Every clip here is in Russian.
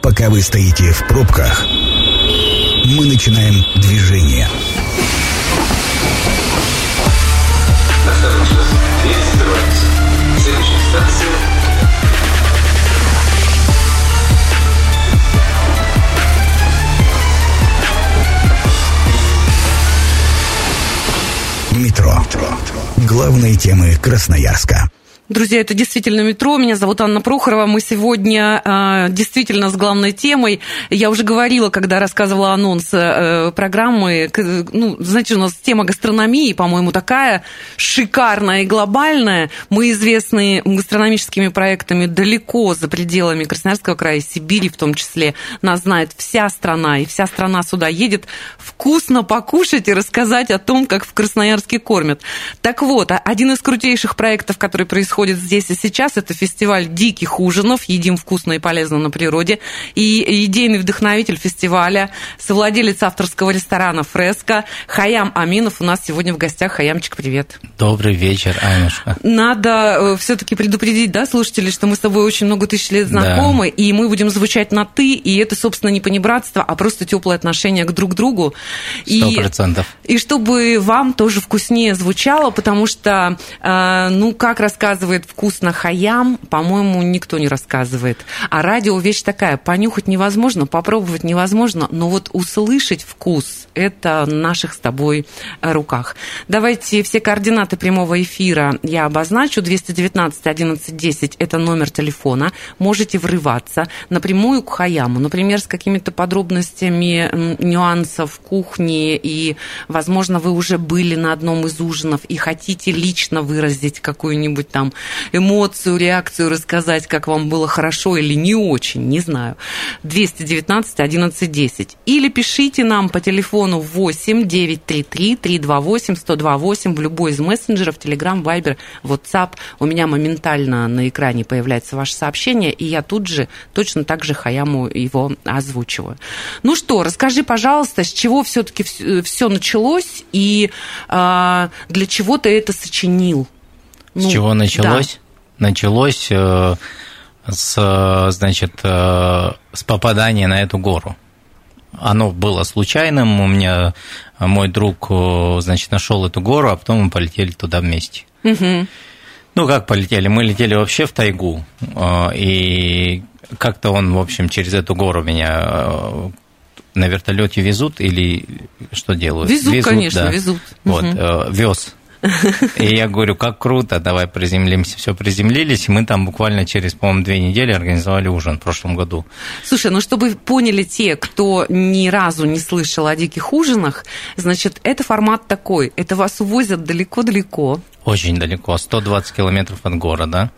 Пока вы стоите в пробках, мы начинаем движение. Осторожно, дверь закрывается. Следующая станция. Метро. Главные темы Красноярска. Друзья, это действительно метро. Меня зовут Анна Прохорова. Мы сегодня действительно с главной темой. Я уже говорила, когда рассказывала анонс программы. Ну, знаете, у нас тема гастрономии, по-моему, такая шикарная и глобальная. Мы известны гастрономическими проектами далеко за пределами Красноярского края, Сибири в том числе. Нас знает вся страна, и вся страна сюда едет вкусно покушать и рассказать о том, как в Красноярске кормят. Так вот, один из крутейших проектов, который происходит здесь и сейчас, это фестиваль диких ужинов «Едим вкусно и полезно на природе». И идейный вдохновитель фестиваля, совладелец авторского ресторана «Фреско» Хаям Аминов у нас сегодня в гостях. Хаямчик, привет. Добрый вечер, Анюшка. Надо все-таки предупредить, да, слушателей, что мы с тобой очень много тысяч лет знакомы, да. И мы будем звучать на «ты», и это, собственно, не понебратство, а просто теплое отношение к друг другу. 100%. И чтобы вам тоже вкуснее звучало, потому что, ну, как рассказывает вкусно Хаям, по-моему, никто не рассказывает. А радио вещь такая, понюхать невозможно, попробовать невозможно, но вот услышать вкус – это в наших с тобой руках. Давайте все координаты прямого эфира я обозначу. 219 11 10 – это номер телефона. Можете врываться напрямую к Хаяму, например, с какими-то подробностями нюансов кухни, и, возможно, вы уже были на одном из ужинов и хотите лично выразить какую-нибудь там эмоцию, реакцию, рассказать, как вам было хорошо или не очень, не знаю. 219 11 10. Или пишите нам по телефону 8 933 328 128 в любой из мессенджеров, Telegram, Viber, WhatsApp. У меня моментально на экране появляется ваше сообщение, и я тут же точно так же Хаяму его озвучиваю. Ну что, расскажи, пожалуйста, с чего все-таки все началось и для чего ты это сочинил? С чего началось? Да. Началось с попадания на эту гору. Оно было случайным. У меня мой друг, значит, нашел эту гору, а потом мы полетели туда вместе. Угу. Ну, как полетели? Мы летели вообще в тайгу. И как-то он, в общем, через эту гору меня на вертолете везут или что делают? Везут, конечно, да. везут. Вот, вез. И я говорю, как круто, давай приземлимся. Все, приземлились, и мы там буквально через, по-моему, 2 недели организовали ужин в прошлом году. Слушай, ну чтобы поняли те, кто ни разу не слышал о диких ужинах, значит, это формат такой, это вас увозят далеко-далеко. Очень далеко, 120 километров от города.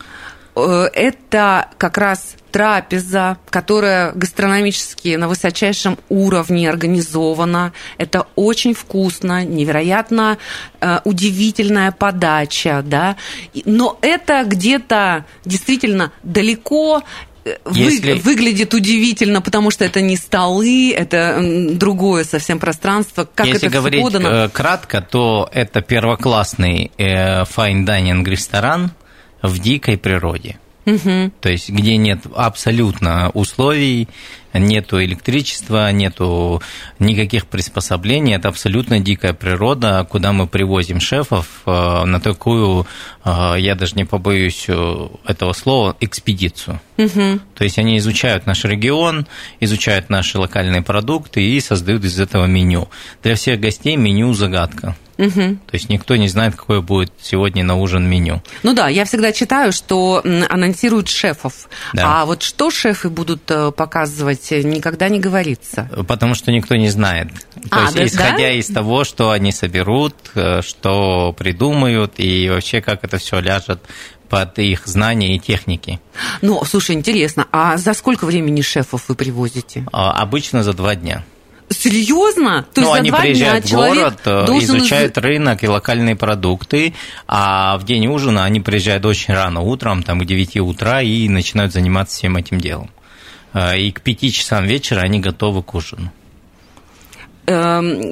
Это как раз трапеза, которая гастрономически на высочайшем уровне организована. Это очень вкусно, невероятно удивительная подача, да. Но это где-то действительно далеко. Выглядит удивительно, потому что это не столы, это другое совсем пространство. Как если это говорить подано? Кратко, то это первоклассный файн-дайнинг ресторан в дикой природе. Угу. То есть, где нет абсолютно условий, нету электричества, нету никаких приспособлений, это абсолютно дикая природа, куда мы привозим шефов на такую, я даже не побоюсь этого слова, экспедицию. Угу. То есть, они изучают наш регион, изучают наши локальные продукты и создают из этого меню. Для всех гостей меню загадка. Угу. То есть никто не знает, какое будет сегодня на ужин меню. Ну да, я всегда читаю, что анонсируют шефов, да. А вот что шефы будут показывать, никогда не говорится. Потому что никто не знает. То есть, да, исходя из того, что они соберут, что придумают, и вообще как это все ляжет под их знания и техники. Ну, слушай, интересно, а за сколько времени шефов вы привозите? Обычно за 2 дня. Серьезно? То есть за они 2 приезжают дня в город, изучают рынок и локальные продукты, а в день ужина они приезжают очень рано утром, там к 9 утра, и начинают заниматься всем этим делом. И к 5 часам вечера они готовы к ужину.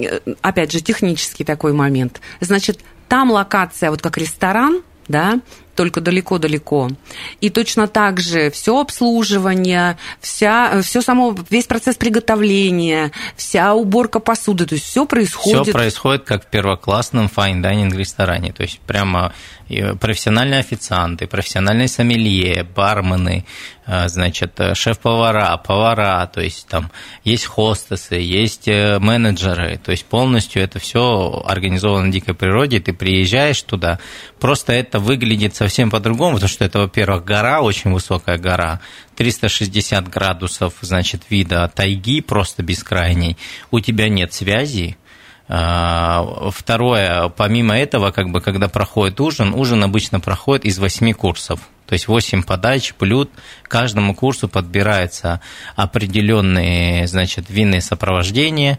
Опять же, технический такой момент. Значит, там локация, вот как ресторан, да, только далеко-далеко. И точно так же все обслуживание, весь процесс приготовления, вся уборка посуды, то есть все происходит. Все происходит как в первоклассном файн-дайнинг ресторане, то есть прямо профессиональные официанты, профессиональные сомелье, бармены, значит, шеф-повара, повара, то есть там есть хостесы, есть менеджеры, то есть полностью это все организовано в дикой природе, ты приезжаешь туда, просто это выглядит совсем по-другому, потому что это, во-первых, гора, очень высокая гора, 360 градусов, значит, вида тайги просто бескрайней, у тебя нет связи. Второе, помимо этого, как бы, когда проходит ужин обычно проходит из 8 курсов, то есть 8 подач, блюд, каждому курсу подбирается определенные, значит, винные сопровождения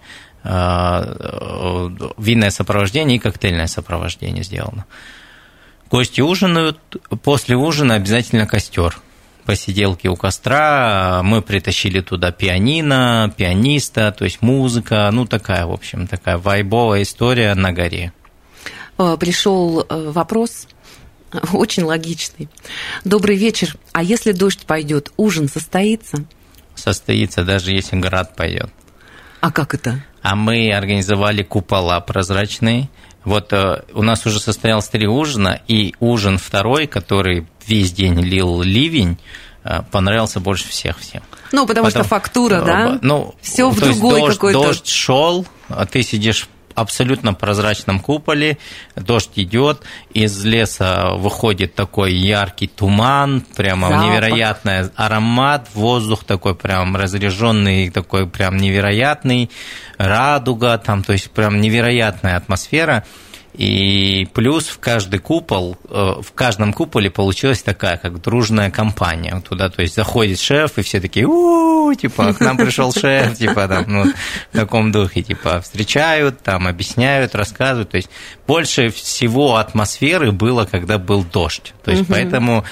и коктейльное сопровождение сделано. Гости ужинают, после ужина обязательно костер. Посиделки у костра, мы притащили туда пианино, пианиста, то есть музыка, ну такая, в общем, такая вайбовая история на горе. Пришел вопрос, очень логичный. Добрый вечер, а если дождь пойдет, ужин состоится? Состоится, даже если град пойдет. А как это? А мы организовали купола прозрачные. Вот у нас уже состоялось 3 ужина, и ужин второй, который весь день лил ливень, понравился больше всех всем. Ну, потому что фактура, да? Ну, все в другой какой-то. Дождь шел, а ты сидишь в абсолютно прозрачном куполе, дождь идет, из леса выходит такой яркий туман, прямо запах. Невероятный аромат, воздух такой прям разряженный, такой прям невероятный, радуга, там, то есть прям невероятная атмосфера. И плюс в каждый купол, в каждом куполе получилась такая, как дружная компания. Туда, то есть, заходит шеф, и все такие, типа, к нам пришел шеф, типа, там, ну, в таком духе, типа, встречают, там, объясняют, рассказывают. То есть, больше всего атмосферы было, когда был дождь. То есть, поэтому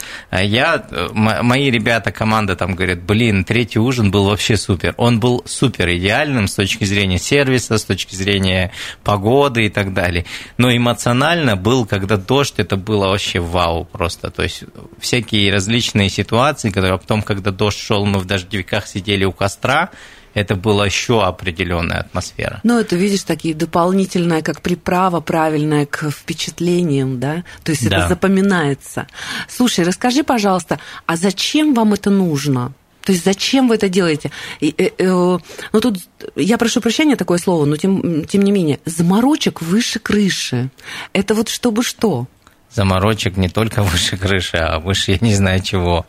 мои ребята, команда там говорят, 3-й ужин был вообще супер. Он был супер идеальным с точки зрения сервиса, с точки зрения погоды и так далее. Но эмоционально был, когда дождь, это было вообще вау просто. То есть всякие различные ситуации, которые потом, когда дождь шел, мы в дождевиках сидели у костра, это была еще определенная атмосфера. Ну, это, видишь, такие дополнительная, как приправа правильная к впечатлениям, да? То есть это запоминается. Слушай, расскажи, пожалуйста, а зачем вам это нужно? То есть зачем вы это делаете? Ну, тут, я прошу прощения, такое слово, но тем не менее, заморочек выше крыши. Это вот чтобы что? Заморочек не только выше крыши, а выше я не знаю чего.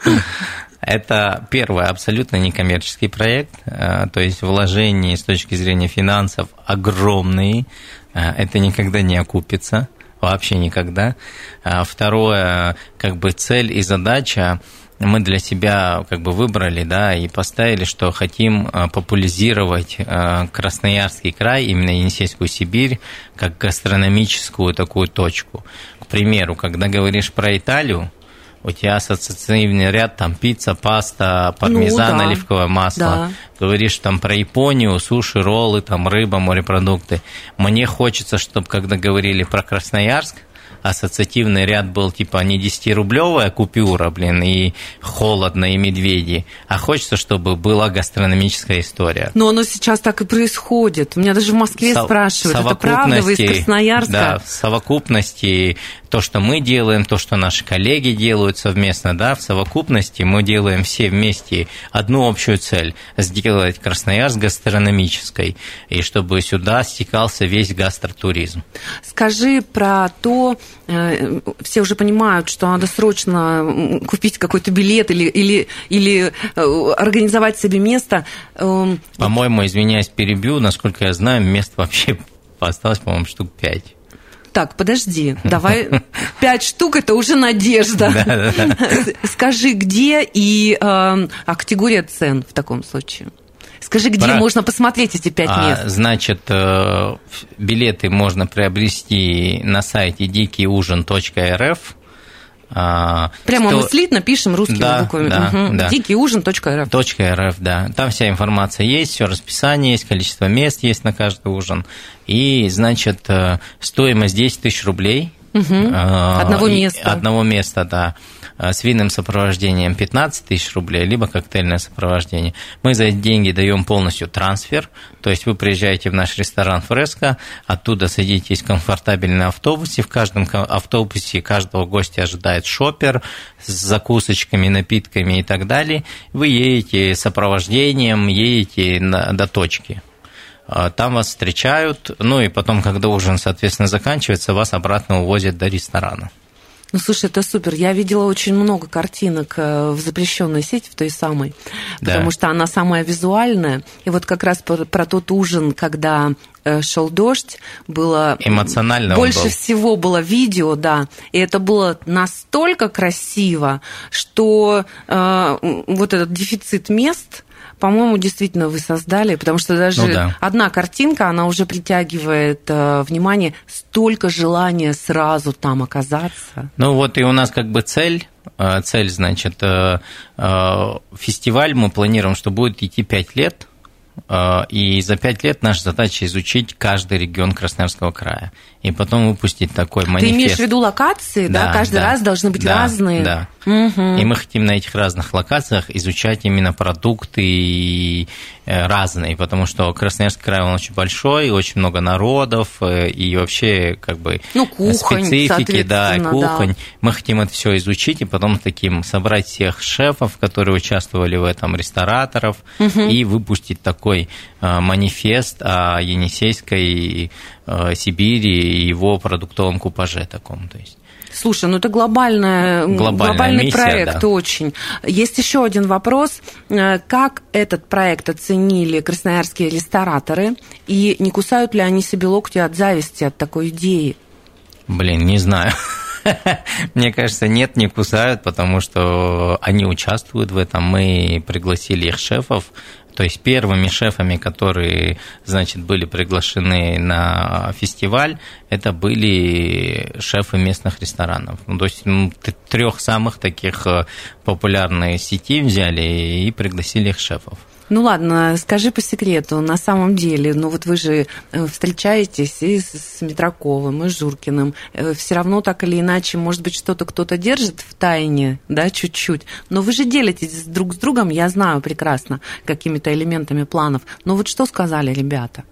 Это, первое, абсолютно некоммерческий проект, то есть вложения с точки зрения финансов огромные, это никогда не окупится, вообще никогда. Второе, как бы цель и задача мы для себя как бы выбрали, да, и поставили, что хотим популяризировать Красноярский край, именно Енисейскую Сибирь, как гастрономическую такую точку. К примеру, когда говоришь про Италию, у тебя ассоциативный ряд, там, пицца, паста, пармезан, оливковое масло. Да. Говоришь там про Японию, суши, роллы, там, рыба, морепродукты. Мне хочется, чтобы, когда говорили про Красноярск, ассоциативный ряд был типа не 10-рублевая купюра, и холодно, и медведи, а хочется, чтобы была гастрономическая история. Но оно сейчас так и происходит. Меня даже в Москве спрашивают, это правда, вы из Красноярска? Да, в совокупности то, что мы делаем, то, что наши коллеги делают совместно, да, в совокупности мы делаем все вместе одну общую цель – сделать Красноярск гастрономической, и чтобы сюда стекался весь гастротуризм. Скажи про то, все уже понимают, что надо срочно купить какой-то билет или организовать себе место. По-моему, извиняюсь, перебью, насколько я знаю, мест вообще осталось, по-моему, штук 5. Так, подожди, давай 5 штук, это уже надежда. Скажи, где и категория цен в таком случае? Скажи, где можно посмотреть эти 5 мест? Значит, билеты можно приобрести на сайте dikiyужин.rf. Прямо мы слитно пишем русскими буквами. Да. dikiyужин.rf. .rf, да. Там вся информация есть, все расписание есть, количество мест есть на каждый ужин. И, значит, стоимость 10 тысяч рублей Одного места. Одного места, да. С винным сопровождением 15 тысяч рублей, либо коктейльное сопровождение. Мы за эти деньги даем полностью трансфер, то есть вы приезжаете в наш ресторан «Фреско», оттуда садитесь в комфортабельном автобусе, в каждом автобусе каждого гостя ожидает шопер с закусочками, напитками и так далее. Вы едете с сопровождением, едете до точки. Там вас встречают, ну и потом, когда ужин, соответственно, заканчивается, вас обратно увозят до ресторана. Ну, слушай, это супер. Я видела очень много картинок в запрещенной сети, в той самой, потому что она самая визуальная. И вот как раз про тот ужин, когда шел дождь, было эмоционально больше всего было видео, да, и это было настолько красиво, что вот этот дефицит мест, по-моему, действительно вы создали, потому что даже одна картинка, она уже притягивает внимание, столько желания сразу там оказаться. Ну вот и у нас как бы цель, значит, фестиваль мы планируем, что будет идти 5 лет, и за 5 лет наша задача изучить каждый регион Красноярского края. И потом выпустить такой манифест. Ты имеешь в виду локации, да? Каждый раз должны быть разные. Да. Угу. И мы хотим на этих разных локациях изучать именно продукты разные, потому что Красноярский край, он очень большой, очень много народов, и вообще как бы кухонь, специфики, да, кухонь. Да. Мы хотим это все изучить и потом собрать всех шефов, которые участвовали в этом, рестораторов, и выпустить такой манифест о Енисейской Сибири и его продуктовом купаже таком, то есть. Слушай, это глобальный миссия, проект, да. Очень. Есть еще один вопрос. Как этот проект оценили красноярские рестораторы, и не кусают ли они себе локти от зависти от такой идеи? Не знаю. Мне кажется, нет, не кусают, потому что они участвуют в этом. Мы пригласили их шефов. То есть первыми шефами, которые, значит, были приглашены на фестиваль, это были шефы местных ресторанов. То есть 3 самых таких популярных сетей взяли и пригласили их шефов. Ну ладно, скажи по секрету, на самом деле, вот вы же встречаетесь и с Митраковым, и с Журкиным, все равно так или иначе, может быть, что-то кто-то держит в тайне, да, чуть-чуть, но вы же делитесь друг с другом, я знаю прекрасно, какими-то элементами планов, но вот что сказали ребята?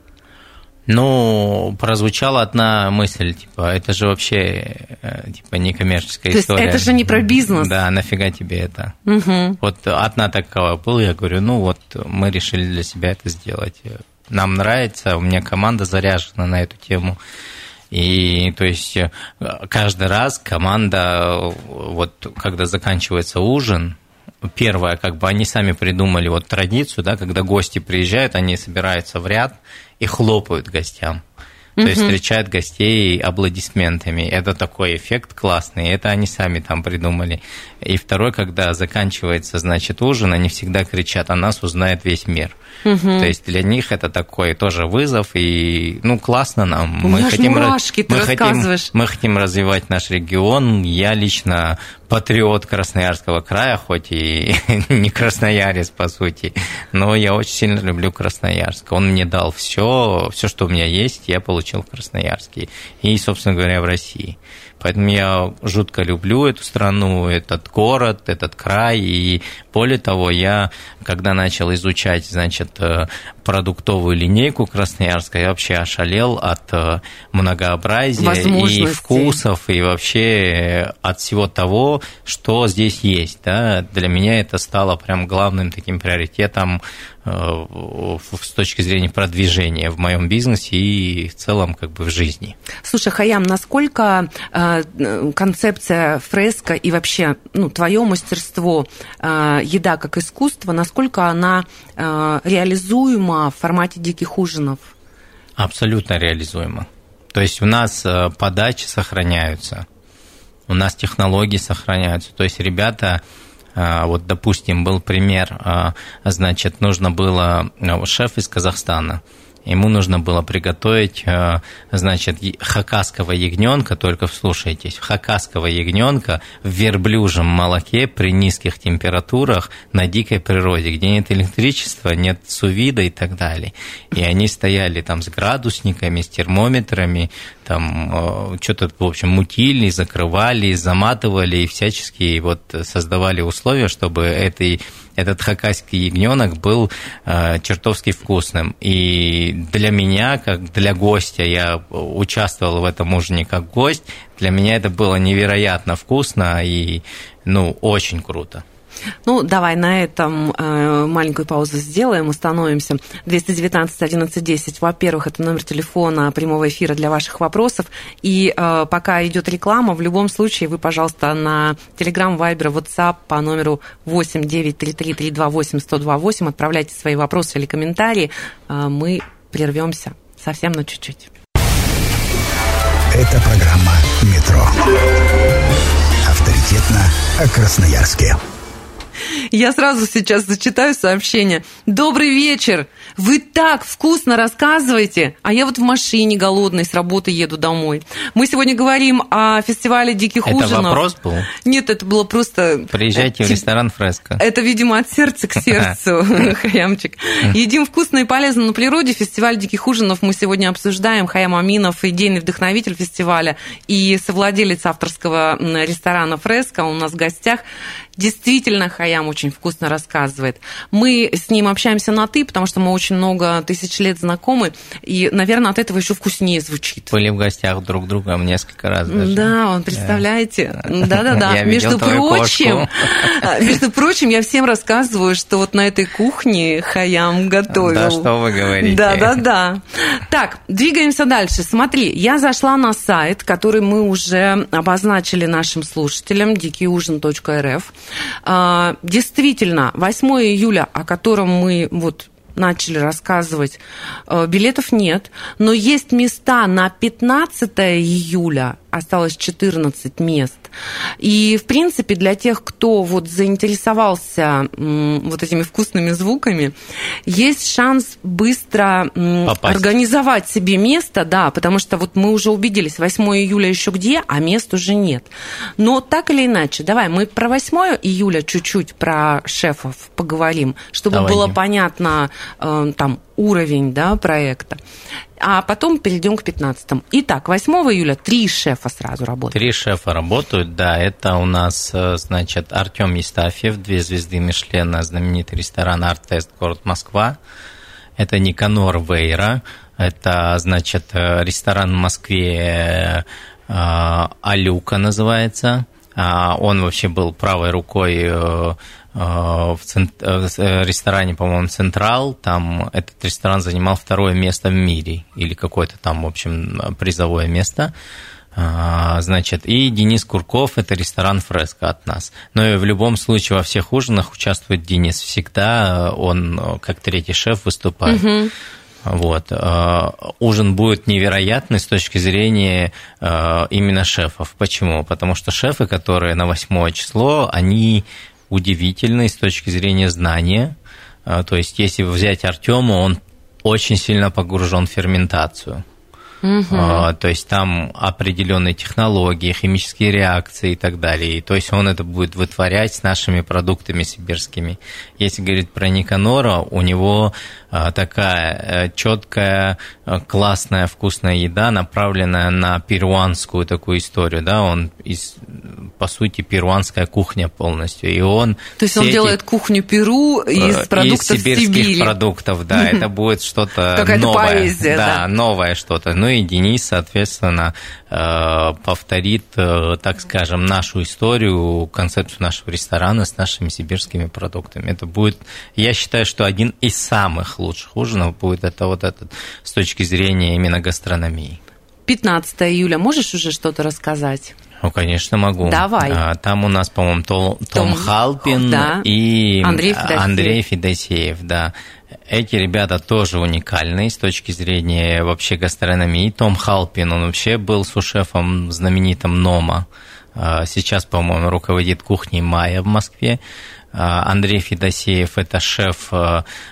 Прозвучала одна мысль, это же вообще, не коммерческая история. То есть это же не про бизнес. Да, нафига тебе это? Угу. Вот одна такая была, я говорю, мы решили для себя это сделать. Нам нравится, у меня команда заряжена на эту тему. И, то есть, каждый раз команда, когда заканчивается ужин, первое, они сами придумали традицию, да, когда гости приезжают, они собираются в ряд и хлопают гостям. То есть встречают гостей аплодисментами. Это такой эффект классный, это они сами там придумали. И второй, когда заканчивается, значит, ужин, они всегда кричат, о нас узнает весь мир. То есть для них это такой тоже вызов, и классно нам. Мы хотим развивать наш регион. Я лично патриот Красноярского края, хоть и не красноярец, по сути, но я очень сильно люблю Красноярск. Он мне дал все, что у меня есть, я получил в Красноярске и, собственно говоря, в России. Поэтому я жутко люблю эту страну, этот город, этот край. И более того, я, когда начал изучать, значит, продуктовую линейку Красноярска, я вообще ошалел от многообразия и вкусов, и вообще от всего того, что здесь есть. Да? Для меня это стало прям главным таким приоритетом с точки зрения продвижения в моем бизнесе и в целом в жизни. Слушай, Хайям, насколько концепция фреско и вообще твое мастерство, еда как искусство, насколько она реализуема в формате диких ужинов? Абсолютно реализуема. То есть у нас подачи сохраняются, у нас технологии сохраняются. То есть ребята... допустим, был пример, значит, нужно было шеф из Казахстана, Ему нужно было приготовить, значит, хакасского ягненка, только вслушайтесь, хакасского ягненка в верблюжьем молоке при низких температурах на дикой природе, где нет электричества, нет сувида и так далее. И они стояли там с градусниками, с термометрами, там что-то, в общем, мутили, закрывали, заматывали и всячески вот создавали условия, чтобы этот хакасский ягненок был чертовски вкусным. И для меня, как для гостя, я участвовал в этом ужине как гость, для меня это было невероятно вкусно и, очень круто. Давай на этом маленькую паузу сделаем, остановимся. 219-11-10. Во-первых, это номер телефона прямого эфира для ваших вопросов. И пока идет реклама, в любом случае вы, пожалуйста, на Telegram, Viber, WhatsApp по номеру 8-933-328-1028 отправляйте свои вопросы или комментарии. Мы прервемся совсем на чуть-чуть. Это программа «Метро». Авторитетно о Красноярске. Я сразу сейчас зачитаю сообщение. Добрый вечер! Вы так вкусно рассказываете, а я вот в машине голодной с работы еду домой. Мы сегодня говорим о фестивале диких ужинов. Это вопрос был? Нет, это было просто... Приезжайте в ресторан «Фреско». Это, видимо, от сердца к сердцу, Хаямчик. Едим вкусно и полезно на природе. Фестиваль диких ужинов мы сегодня обсуждаем. Хаям Аминов, идейный вдохновитель фестиваля и совладелец авторского ресторана «Фреско» у нас в гостях. Действительно, Хаям очень вкусно рассказывает. Мы с ним общаемся на «ты», потому что мы очень много тысяч лет знакомы, и, наверное, от этого еще вкуснее звучит. Были в гостях друг друга несколько раз даже. Да, представляете? Да-да-да. Между прочим, я всем рассказываю, что вот на этой кухне Хаям готовил. Да, что вы говорите. Да-да-да. Так, двигаемся дальше. Смотри, я зашла на сайт, который мы уже обозначили нашим слушателям, дикийужин.рф. Действительно, 8 июля, о котором мы начали рассказывать, билетов нет, но есть места на 15 июля, осталось 14 мест. И, в принципе, для тех, кто заинтересовался этими вкусными звуками, есть шанс быстро организовать себе место, да, потому что мы уже убедились, 8 июля еще где, а мест уже нет. Но так или иначе, давай мы про 8 июля чуть-чуть, про шефов поговорим, чтобы было понятно уровень, да, проекта. А потом перейдем к 15-му. Итак, 8 июля 3 шефа сразу работают. 3 шефа работают, да. Это у нас, значит, Артем Евстафьев, 2 звезды Мишлена, знаменитый ресторан «Арт-тест», город Москва. Это Никанор Вейра. Это, значит, ресторан в Москве «Алюка» называется. Он вообще был правой рукой в ресторане, по-моему, «Централ». Там этот ресторан занимал 2-е место в мире или какое-то там, в общем, призовое место. Значит, и Денис Курков, это ресторан «Фреско» от нас. Но и в любом случае во всех ужинах участвует Денис. Всегда он как 3-й шеф выступает. Ужин будет невероятный с точки зрения именно шефов. Почему? Потому что шефы, которые на 8 число, они удивительные с точки зрения знания. То есть, если взять Артема, он очень сильно погружен в ферментацию. То есть там определенные технологии, химические реакции и так далее. И, то есть он это будет вытворять с нашими продуктами сибирскими. Если говорить про Никанора, у него такая четкая, классная, вкусная еда, направленная на перуанскую такую историю. Да? Он, по сути, перуанская кухня полностью. И он то есть он делает кухню Перу из продуктов из сибирских Сибири. Продуктов, да. Это будет что-то какая-то новое. Поэзия, да, новое что-то. И Денис, соответственно, повторит, так скажем, нашу историю, концепцию нашего ресторана с нашими сибирскими продуктами. Это будет, я считаю, что один из самых лучших ужинов будет этот с точки зрения именно гастрономии. 15 июля можешь уже что-то рассказать? Конечно, могу. Давай. Там у нас, по-моему, Том Халпин, да, и Андрей Федосеев, да. Эти ребята тоже уникальные с точки зрения вообще гастрономии. Том Халпин, он вообще был сушефом знаменитым Нома. Сейчас, по-моему, руководит кухней Майя в Москве. Андрей Федосеев – это шеф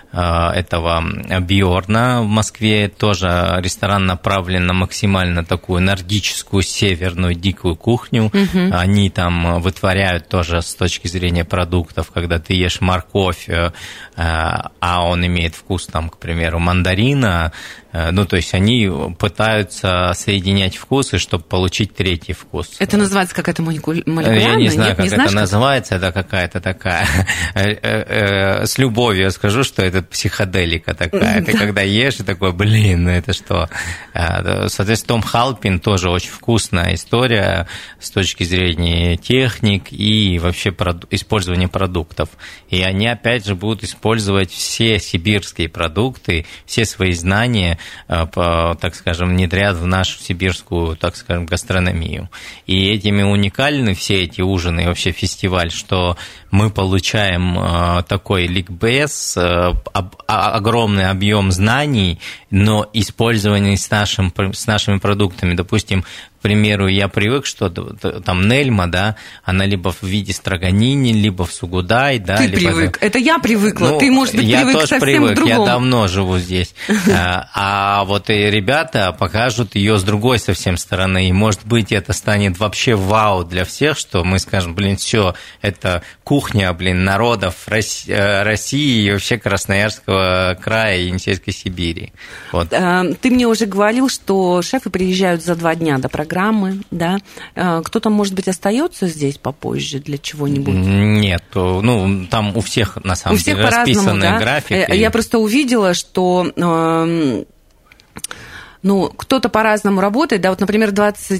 этого Бьорна в Москве, тоже ресторан направлен на максимально такую нордическую, северную, дикую кухню. Они там вытворяют тоже с точки зрения продуктов, когда ты ешь морковь, а он имеет вкус, там, к примеру, мандарина. Ну, то есть они пытаются соединять вкусы, чтобы получить третий вкус. Это называется какая-то молекулярная? Я не знаю, Нет, как не это знаешь, называется, это какая-то такая... С любовью я скажу, что это психоделика такая. Ты когда ешь, и такой, блин, это что? Соответственно, Том Халпин тоже очень вкусная история с точки зрения техник и вообще использования продуктов. И они, опять же, будут использовать все сибирские продукты, все свои знания, так скажем, внедрят в нашу сибирскую, так скажем, гастрономию. И этими уникальны все эти ужины и вообще фестиваль, что мы получаем такой ликбез, огромный объем знаний, но использованный с нашими продуктами. Допустим, к примеру, я привык, что там нельма, да, она либо в виде строганини, либо в сугудай, да. Ты привык, это я привыкла, ну, ты, может быть, привык тоже совсем привык, к другому. Я давно живу здесь. А вот и ребята покажут ее с другой совсем стороны, и, может быть, это станет вообще вау для всех, что мы скажем, блин, все, это кухня, блин, народов России и вообще Красноярского края и Енисейской Сибири. Вот. Ты мне уже говорил, что шефы приезжают за 2 дня до программы, да? Кто-то, может быть, остается здесь попозже для чего-нибудь? Нет, ну, там у всех, на самом деле, расписаны, да? Графики. Я просто увидела, что... Ну, кто-то по-разному работает, да, вот, например,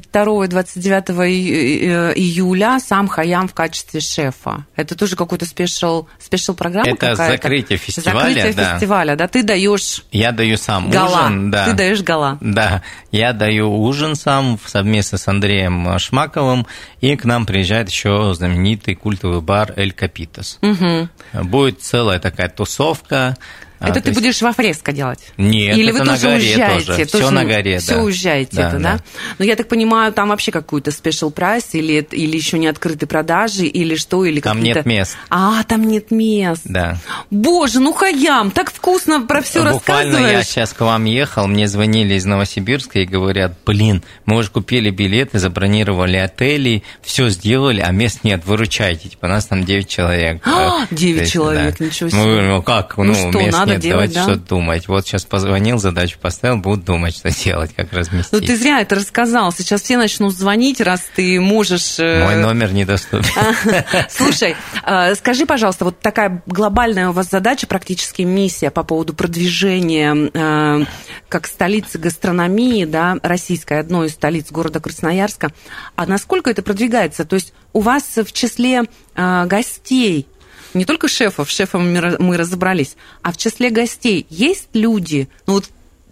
22-29 июля сам Хайям в качестве шефа. Это тоже какой-то спешл программа какая-то? Это закрытие фестиваля, закрытие фестиваля, да, ты даешь... Я даю сам гала. Ужин, да. Ты даешь гала. Да, я даю ужин сам совместно с Андреем Шмаковым, и к нам приезжает еще знаменитый культовый бар «Эль Капитас». Угу. Будет целая такая тусовка. Это ты будешь во фреско делать? Нет, или это вы на тоже горе уезжаете? тоже. Все на горе, да. Все уезжаете, да, это, да? Да? Но я так понимаю, там вообще какой-то спешл прайс или еще не открыты продажи, или что? Или там нет мест. Там нет мест. Да. Боже, ну, Хайям, так вкусно про все рассказываешь. Буквально я сейчас к вам ехал, мне звонили из Новосибирска и говорят, блин, мы уже купили билеты, забронировали отели, все сделали, а мест нет, выручайте. Типа, нас там 9 человек. 9 человек, да. Ничего себе. Ну, как? Ну, что, мест надо нет, делать, давайте что-то думать. Вот сейчас позвонил, задачу поставил, будут думать, что делать, как разместить. Ну, ты зря это рассказал. Сейчас все начнут звонить, раз ты можешь... Мой номер недоступен. Слушай, скажи, пожалуйста, вот такая глобальная у вас задача, практически миссия по поводу продвижения как столицы гастрономии, да, российской, одной из столиц города Красноярска. А насколько это продвигается? То есть у вас в числе гостей, не только шефов, с шефом мы разобрались, а в числе гостей есть люди, ну вот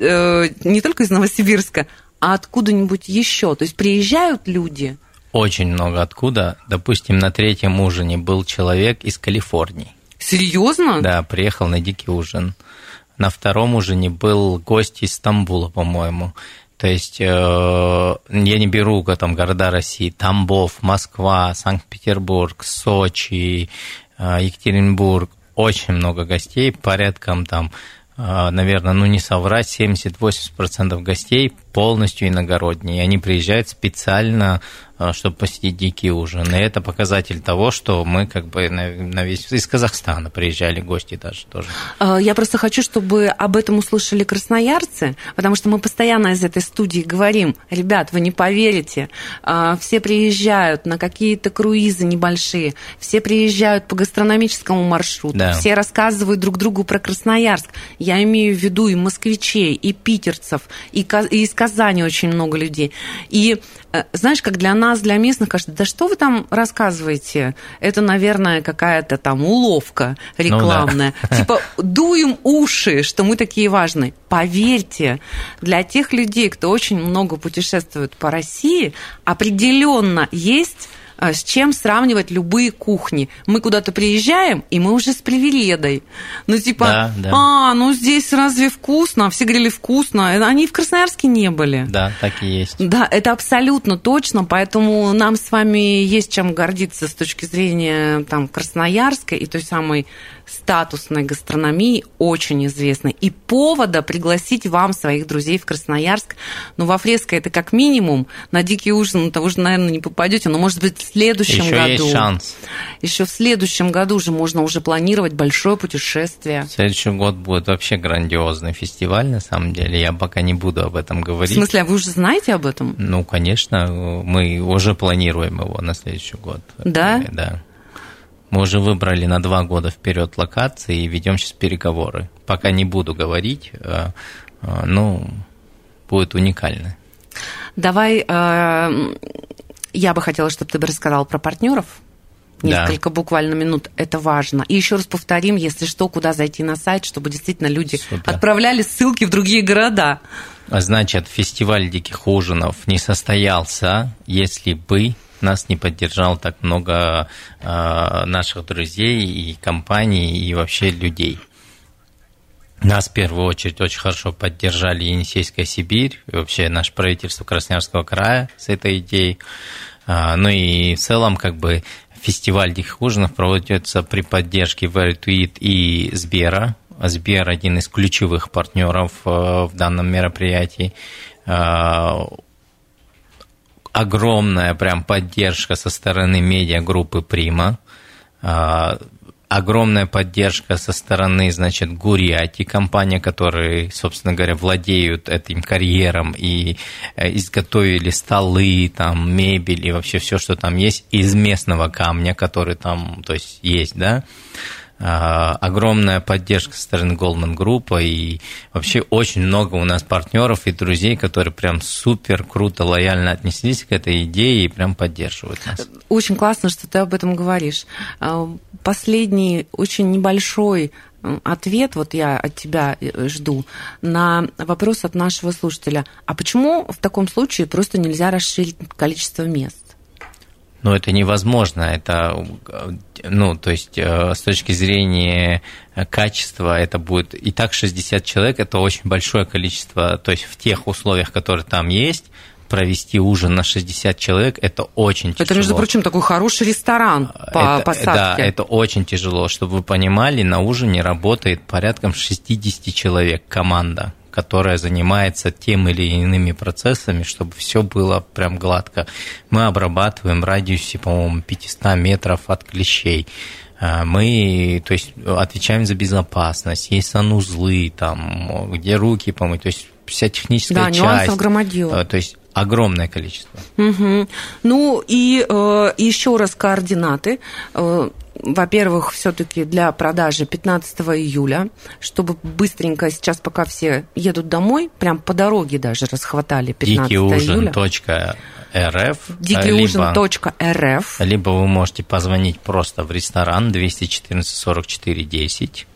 не только из Новосибирска, а откуда-нибудь еще? То есть приезжают люди? Очень много откуда. Допустим, на 3-м ужине был человек из Калифорнии. Серьезно? Да, приехал на дикий ужин. На 2-м ужине был гость из Стамбула, по-моему. То есть я не беру там города России, Тамбов, Москва, Санкт-Петербург, Сочи, Екатеринбург. Очень много гостей, порядком там, наверное, ну не соврать, 70-80% гостей полностью иногородние. И они приезжают специально, чтобы посетить дикий ужин. И это показатель того, что мы как бы на весь... Из Казахстана приезжали гости даже тоже. Я просто хочу, чтобы об этом услышали красноярцы, потому что мы постоянно из этой студии говорим, ребят, вы не поверите, все приезжают на какие-то круизы небольшие, все приезжают по гастрономическому маршруту, да. Все рассказывают друг другу про Красноярск. Я имею в виду и москвичей, и питерцев, и из Казани очень много людей. И знаешь, как для нас, для местных, кажется, да что вы там рассказываете? Это, наверное, какая-то там уловка рекламная. Ну, да. Типа, дуем уши, что мы такие важные. Поверьте, для тех людей, кто очень много путешествует по России, определенно есть с чем сравнивать любые кухни. Мы куда-то приезжаем, и мы уже с привередой. Ну, типа, да. Ну здесь разве вкусно? Все говорили вкусно. Они в Красноярске не были. Да, так и есть. Да, это абсолютно точно, поэтому нам с вами есть чем гордиться с точки зрения там, Красноярска и той самой статусной гастрономии, очень известной. И повода пригласить вам своих друзей в Красноярск. Ну, во Фреско это как минимум. На Дикий ужин вы уже, наверное, не попадете, но, может быть, в следующем году. Еще есть шанс. Еще в следующем году уже можно уже планировать большое путешествие. Следующий год будет вообще грандиозный фестиваль, на самом деле. Я пока не буду об этом говорить. В смысле, а вы уже знаете об этом? Ну, конечно, мы уже планируем его на следующий год. Да? Да. Мы уже выбрали на 2 года вперед локации и ведем сейчас переговоры. Пока не буду говорить, но будет уникально. Давай, я бы хотела, чтобы ты рассказал про партнеров. Несколько буквально минут, это важно. И еще раз повторим, если что, куда зайти на сайт, чтобы действительно люди отправляли ссылки в другие города. Значит, фестиваль диких ужинов не состоялся, если бы нас не поддержал так много наших друзей и компаний, и вообще людей. Нас в первую очередь очень хорошо поддержали Енисейская Сибирь, и вообще наше правительство Красноярского края с этой идеей. Ну и в целом как бы фестиваль диких ужинов проводится при поддержке Veritweet и Сбера. Сбер – один из ключевых партнеров в данном мероприятии. Огромная прям поддержка со стороны медиагруппы «Прима». Огромная поддержка со стороны, значит, Гурьяти, компания, которые, собственно говоря, владеют этим карьером и изготовили столы, там, мебель и вообще все, что там есть, из местного камня, который там, то есть, да. Огромная поддержка со стороны Goldman Group, и вообще очень много у нас партнеров и друзей, которые прям супер круто, лояльно отнеслись к этой идее и прям поддерживают нас. Очень классно, что ты об этом говоришь. Последний очень небольшой ответ, вот я от тебя жду, на вопрос от нашего слушателя. А почему в таком случае просто нельзя расширить количество мест? Ну, это невозможно, это, ну, то есть, с точки зрения качества, это будет и так 60 человек, это очень большое количество, то есть, в тех условиях, которые там есть, провести ужин на 60 человек, это очень тяжело. Это, между прочим, такой хороший ресторан по посадке. Да, это очень тяжело. Чтобы вы понимали, на ужине работает порядком 60 человек команда, которая занимается тем или иными процессами, чтобы все было прям гладко. Мы обрабатываем в радиусе, по-моему, 500 метров от клещей. Мы, то есть, отвечаем за безопасность, есть санузлы, там, где руки помыть, то есть вся техническая часть. Да, нюансов громадило. То есть огромное количество. Угу. Ну и еще раз координаты. Во-первых, все-таки для продажи 15 июля, чтобы быстренько сейчас, пока все едут домой, прям по дороге даже расхватали 15 июля. Дикийужин.рф. Дикийужин.рф. Либо вы можете позвонить просто в ресторан 214 44 10,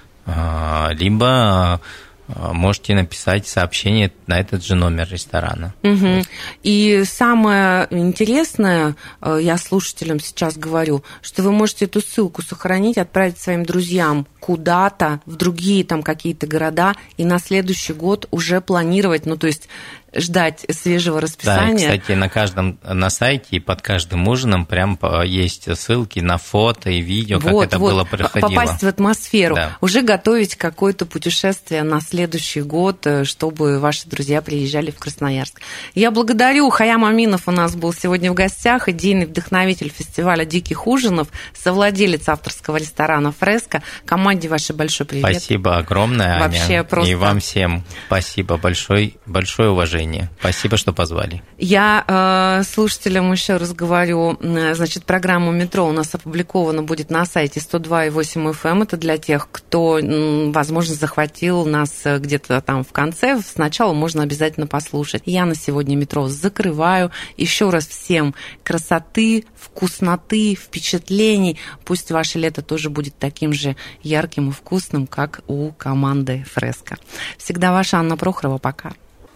либо можете написать сообщение на этот же номер ресторана. Угу. И самое интересное, я слушателям сейчас говорю, что вы можете эту ссылку сохранить, отправить своим друзьям куда-то, в другие там какие-то города, и на следующий год уже планировать, ну, то есть ждать свежего расписания. Да, и, кстати, на сайте и под каждым ужином прям есть ссылки на фото и видео, как это было проходило. Попасть в атмосферу, да. Уже готовить какое-то путешествие на следующий год, чтобы ваши друзья приезжали в Красноярск. Я благодарю. Хаям Аминов у нас был сегодня в гостях, идейный вдохновитель фестиваля диких ужинов, совладелец авторского ресторана «Фреско». Команде вашей большой привет. Спасибо огромное, Аня. Вообще просто... И вам всем спасибо, большое уважение. Спасибо, что позвали. Я слушателям еще раз говорю, значит, программа «Метро» у нас опубликована будет на сайте 102.8 FM. Это для тех, кто, возможно, захватил нас где-то там в конце. Сначала можно обязательно послушать. Я на сегодня «Метро» закрываю. Еще раз всем красоты, вкусноты, впечатлений. Пусть ваше лето тоже будет таким же ярким и вкусным, как у команды «Фреско». Всегда ваша Анна Прохорова. Пока.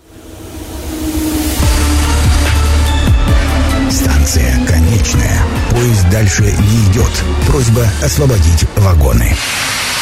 Станция конечная. Поезд дальше не идет. Просьба освободить вагоны.